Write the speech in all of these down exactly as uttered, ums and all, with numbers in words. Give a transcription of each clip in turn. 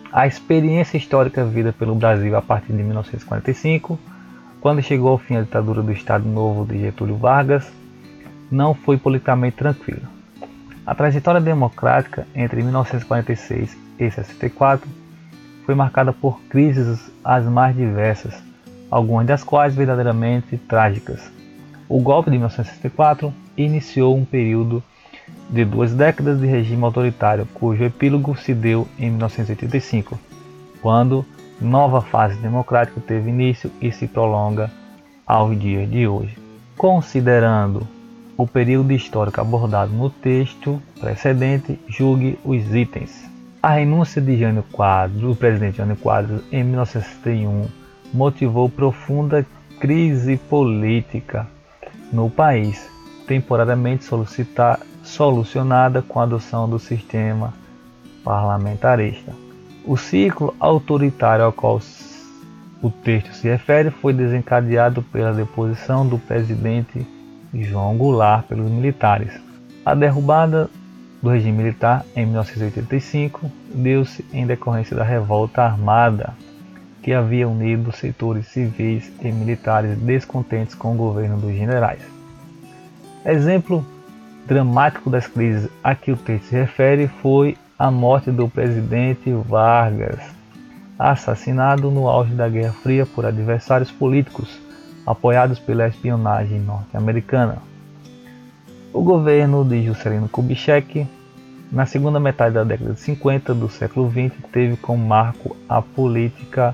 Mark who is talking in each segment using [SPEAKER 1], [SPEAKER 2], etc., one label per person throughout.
[SPEAKER 1] A experiência histórica vivida pelo Brasil a partir de mil novecentos e quarenta e cinco, quando chegou ao fim a ditadura do Estado Novo de Getúlio Vargas, não foi politicamente tranquila. A trajetória democrática entre mil novecentos e quarenta e seis e sessenta e quatro foi marcada por crises as mais diversas, algumas das quais verdadeiramente trágicas. O golpe de mil novecentos e sessenta e quatro iniciou um período de duas décadas de regime autoritário, cujo epílogo se deu em mil novecentos e oitenta e cinco, quando nova fase democrática teve início e se prolonga aos dias de hoje. Considerando o período histórico abordado no texto precedente, julgue os itens. A renúncia de Jânio Quadros, do presidente Jânio Quadros, em mil novecentos e sessenta e um, motivou profunda crise política no país, temporariamente solucionada com a adoção do sistema parlamentarista. O ciclo autoritário ao qual o texto se refere foi desencadeado pela deposição do presidente João Goulart pelos militares. A derrubada do regime militar em mil novecentos e oitenta e cinco deu-se em decorrência da revolta armada que havia unido setores civis e militares descontentes com o governo dos generais. Exemplo dramático das crises a que o texto se refere foi a morte do presidente Vargas, assassinado no auge da Guerra Fria por adversários políticos apoiados pela espionagem norte-americana. O governo de Juscelino Kubitschek, na segunda metade da década de cinquenta do século vinte, teve como marco a política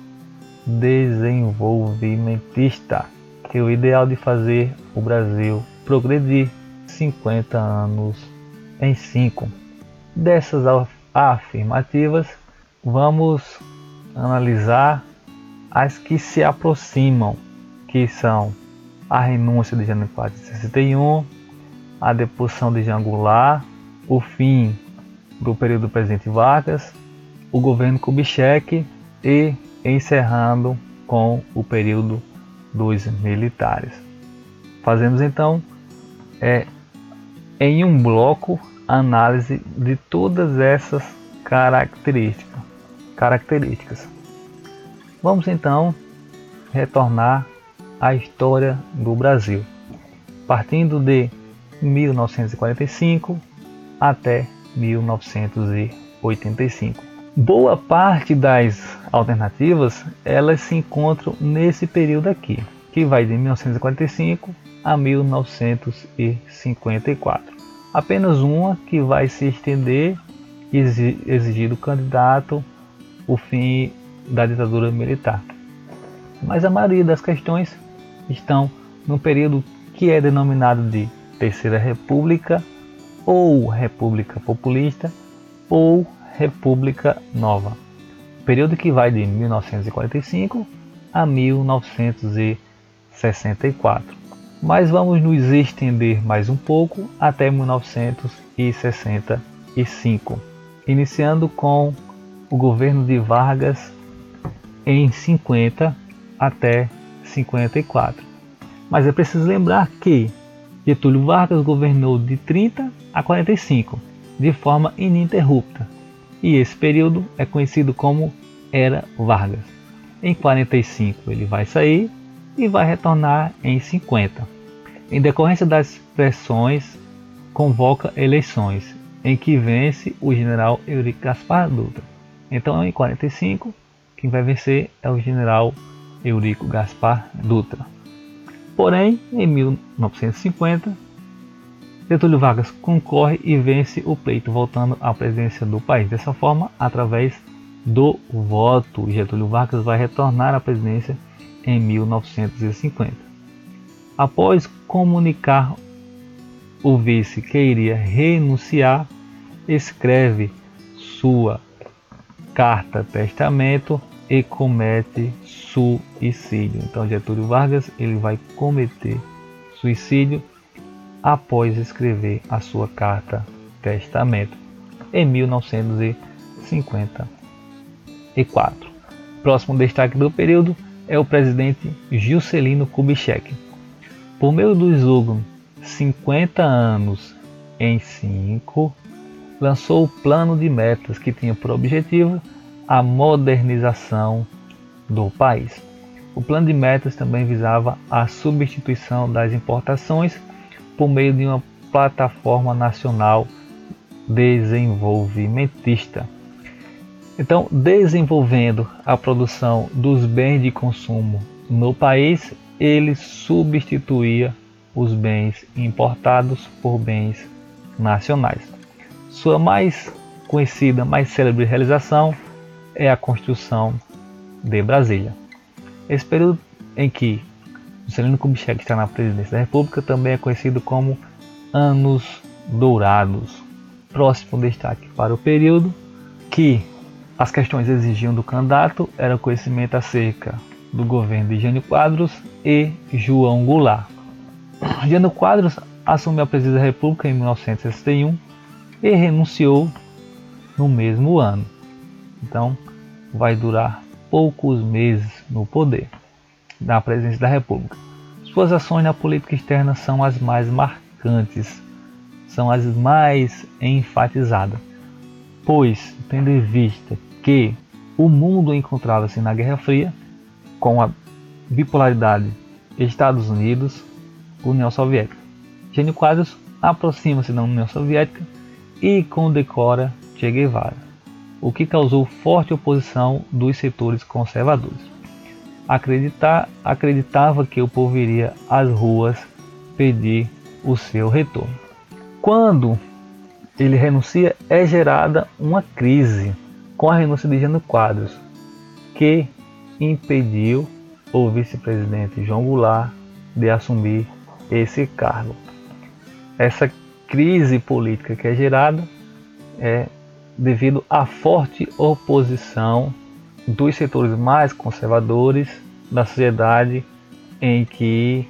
[SPEAKER 1] desenvolvimentista, que é o ideal de fazer o Brasil progredir cinquenta anos em cinco. Dessas afirmativas, vamos analisar as que se aproximam, que são a renúncia de Jânio Quadros em sessenta e um, a deposição de João Goulart, o fim do período do presidente Vargas, o governo Kubitschek e encerrando com o período dos militares. Fazemos então é, em um bloco a análise de todas essas características. características. Vamos então retornar à história do Brasil, partindo de mil novecentos e quarenta e cinco até mil novecentos e oitenta e cinco. Boa parte das alternativas elas se encontram nesse período aqui, que vai de mil novecentos e quarenta e cinco a mil novecentos e cinquenta e quatro. Apenas uma que vai se estender e exigir do candidato o fim da ditadura militar. Mas a maioria das questões estão no período que é denominado de Terceira República, ou República Populista, ou República Nova. Período que vai de mil novecentos e quarenta e cinco a mil novecentos e sessenta e quatro. Mas vamos nos estender mais um pouco até mil novecentos e sessenta e cinco, iniciando com o governo de Vargas em cinquenta até cinquenta e quatro. Mas é preciso lembrar que Getúlio Vargas governou de trinta a quarenta e cinco, de forma ininterrupta, e esse período é conhecido como Era Vargas. Em quarenta e cinco ele vai sair e vai retornar em cinquenta. Em decorrência das pressões, convoca eleições, em que vence o general Eurico Gaspar Dutra. Então, em quarenta e cinco, quem vai vencer é o general Eurico Gaspar Dutra. Porém, em mil novecentos e cinquenta, Getúlio Vargas concorre e vence o pleito, voltando à presidência do país. Dessa forma, através do voto, Getúlio Vargas vai retornar à presidência em mil novecentos e cinquenta. Após comunicar o vice que iria renunciar, escreve sua carta testamento e comete suicídio. Então Getúlio Vargas ele vai cometer suicídio após escrever a sua carta testamento em mil novecentos e cinquenta e quatro. Próximo destaque do período é o presidente Juscelino Kubitschek. Por meio do slogan cinquenta anos em cinco, lançou o plano de metas que tinha por objetivo a modernização do país. O plano de metas também visava a substituição das importações por meio de uma plataforma nacional desenvolvimentista. Então, desenvolvendo a produção dos bens de consumo no país, ele substituía os bens importados por bens nacionais. Sua mais conhecida, mais célebre realização é a construção de Brasília. Esse período em que Juscelino Kubitschek está na presidência da República também é conhecido como Anos Dourados. Próximo destaque para o período que as questões exigiam do candidato era o conhecimento acerca do governo de Jânio Quadros e João Goulart. Jânio Quadros assumiu a presidência da República em mil novecentos e sessenta e um e renunciou no mesmo ano. Então, vai durar poucos meses no poder da presidência da República. Suas ações na política externa são as mais marcantes, são as mais enfatizadas, pois, tendo em vista que o mundo encontrava-se na Guerra Fria, com a bipolaridade Estados Unidos, União Soviética. Jânio Quadros aproxima-se da União Soviética e condecora Che Guevara, o que causou forte oposição dos setores conservadores. Acreditar, acreditava que o povo iria às ruas pedir o seu retorno. Quando ele renuncia, é gerada uma crise com a renúncia de Jânio Quadros, que impediu o vice-presidente João Goulart de assumir esse cargo. Essa crise política que é gerada é devido à forte oposição dos setores mais conservadores da sociedade, em que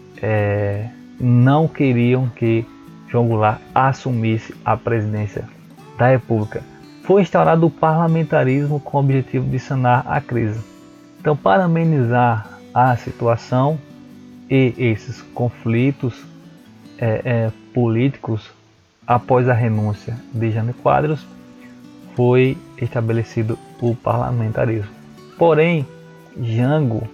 [SPEAKER 1] é, não queriam que João Goulart assumisse a presidência da República. Foi instaurado o parlamentarismo com o objetivo de sanar a crise. Então, para amenizar a situação e esses conflitos é, é, políticos, após a renúncia de Jânio Quadros, foi estabelecido o parlamentarismo. Porém, Jango,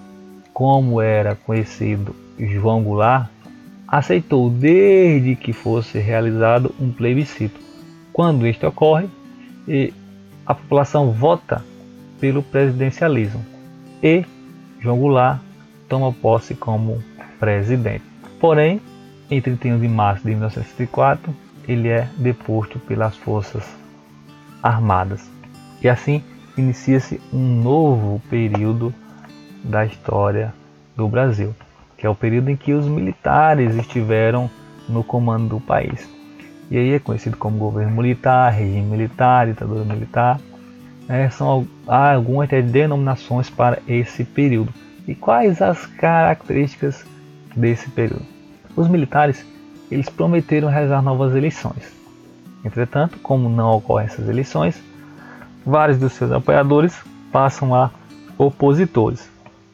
[SPEAKER 1] como era conhecido João Goulart, aceitou desde que fosse realizado um plebiscito. Quando isto ocorre, e a população vota pelo presidencialismo e João Goulart toma posse como presidente. Porém, em trinta e um de março de mil novecentos e sessenta e quatro, ele é deposto pelas forças armadas. E assim inicia-se um novo período da história do Brasil, que é o período em que os militares estiveram no comando do país. E aí é conhecido como governo militar, regime militar, ditadura militar. É, são, há algumas denominações para esse período. E quais as características desse período? Os militares, eles prometeram realizar novas eleições. Entretanto, como não ocorrem essas eleições, vários dos seus apoiadores passam a opositores.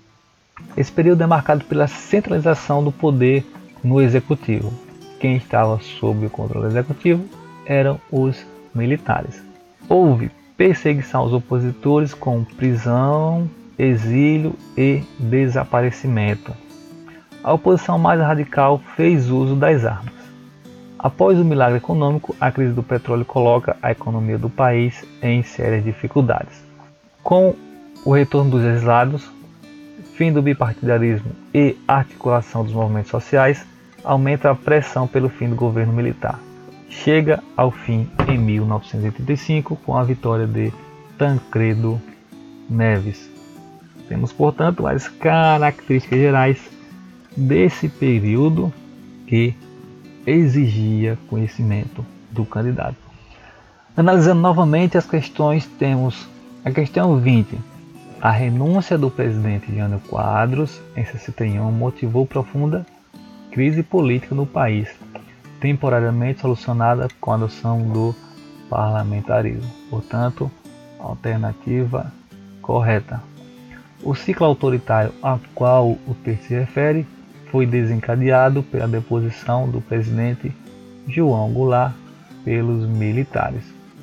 [SPEAKER 1] Esse período é marcado pela centralização do poder no executivo. Quem estava sob o controle executivo eram os militares. Houve perseguição aos opositores com prisão, exílio e desaparecimento. A oposição mais radical fez uso das armas. Após o milagre econômico, a crise do petróleo coloca a economia do país em sérias dificuldades. Com o retorno dos exilados, fim do bipartidarismo e articulação dos movimentos sociais, aumenta a pressão pelo fim do governo militar. Chega ao fim em mil novecentos e oitenta e cinco com a vitória de Tancredo Neves. Temos, portanto, as características gerais desse período que exigia conhecimento do candidato. Analisando novamente as questões, temos a questão vinte. A renúncia do presidente Jânio Quadros em sessenta e um motivou profunda crise política no país, temporariamente solucionada com a adoção do parlamentarismo. Portanto, alternativa correta. O ciclo autoritário a qual o texto se refere foi desencadeado pela deposição do presidente João Goulart pelos militares.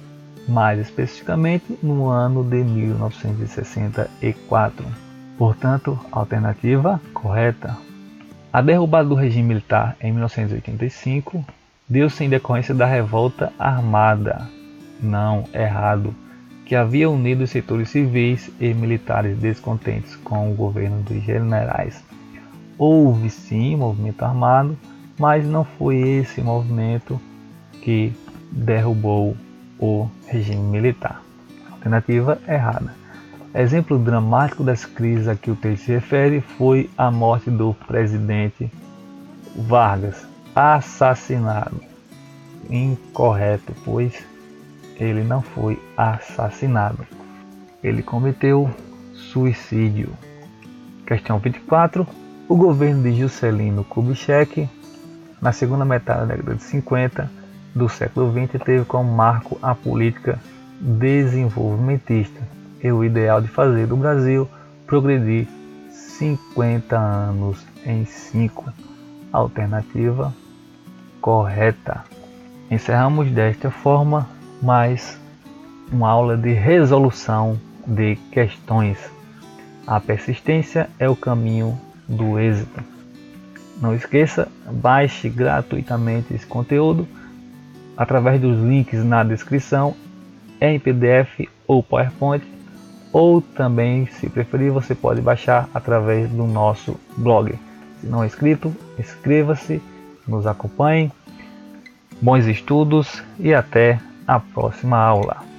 [SPEAKER 1] mais especificamente no ano de mil novecentos e sessenta e quatro. Portanto, alternativa correta. A derrubada do regime militar em mil novecentos e oitenta e cinco deu-se em decorrência da revolta armada, não, errado, que havia unido os setores civis e militares descontentes com o governo dos generais. Houve sim movimento armado, mas não foi esse movimento que derrubou o regime militar. Alternativa errada. Exemplo dramático das crises a que o texto se refere foi a morte do presidente Vargas, assassinado. Incorreto, pois ele não foi assassinado. Ele cometeu suicídio. Questão vinte e quatro. O governo de Juscelino Kubitschek, na segunda metade da década de cinquenta do século vinte, teve como marco a política desenvolvimentista e o ideal de fazer do Brasil progredir cinquenta anos em cinco. Alternativa correta. Encerramos desta forma mais uma aula de resolução de questões. A persistência é o caminho do êxito. Não esqueça, baixe gratuitamente esse conteúdo através dos links na descrição, em P D F ou PowerPoint, ou também, se preferir, você pode baixar através do nosso blog. Se não é inscrito, inscreva-se, nos acompanhe. Bons estudos e até a próxima aula.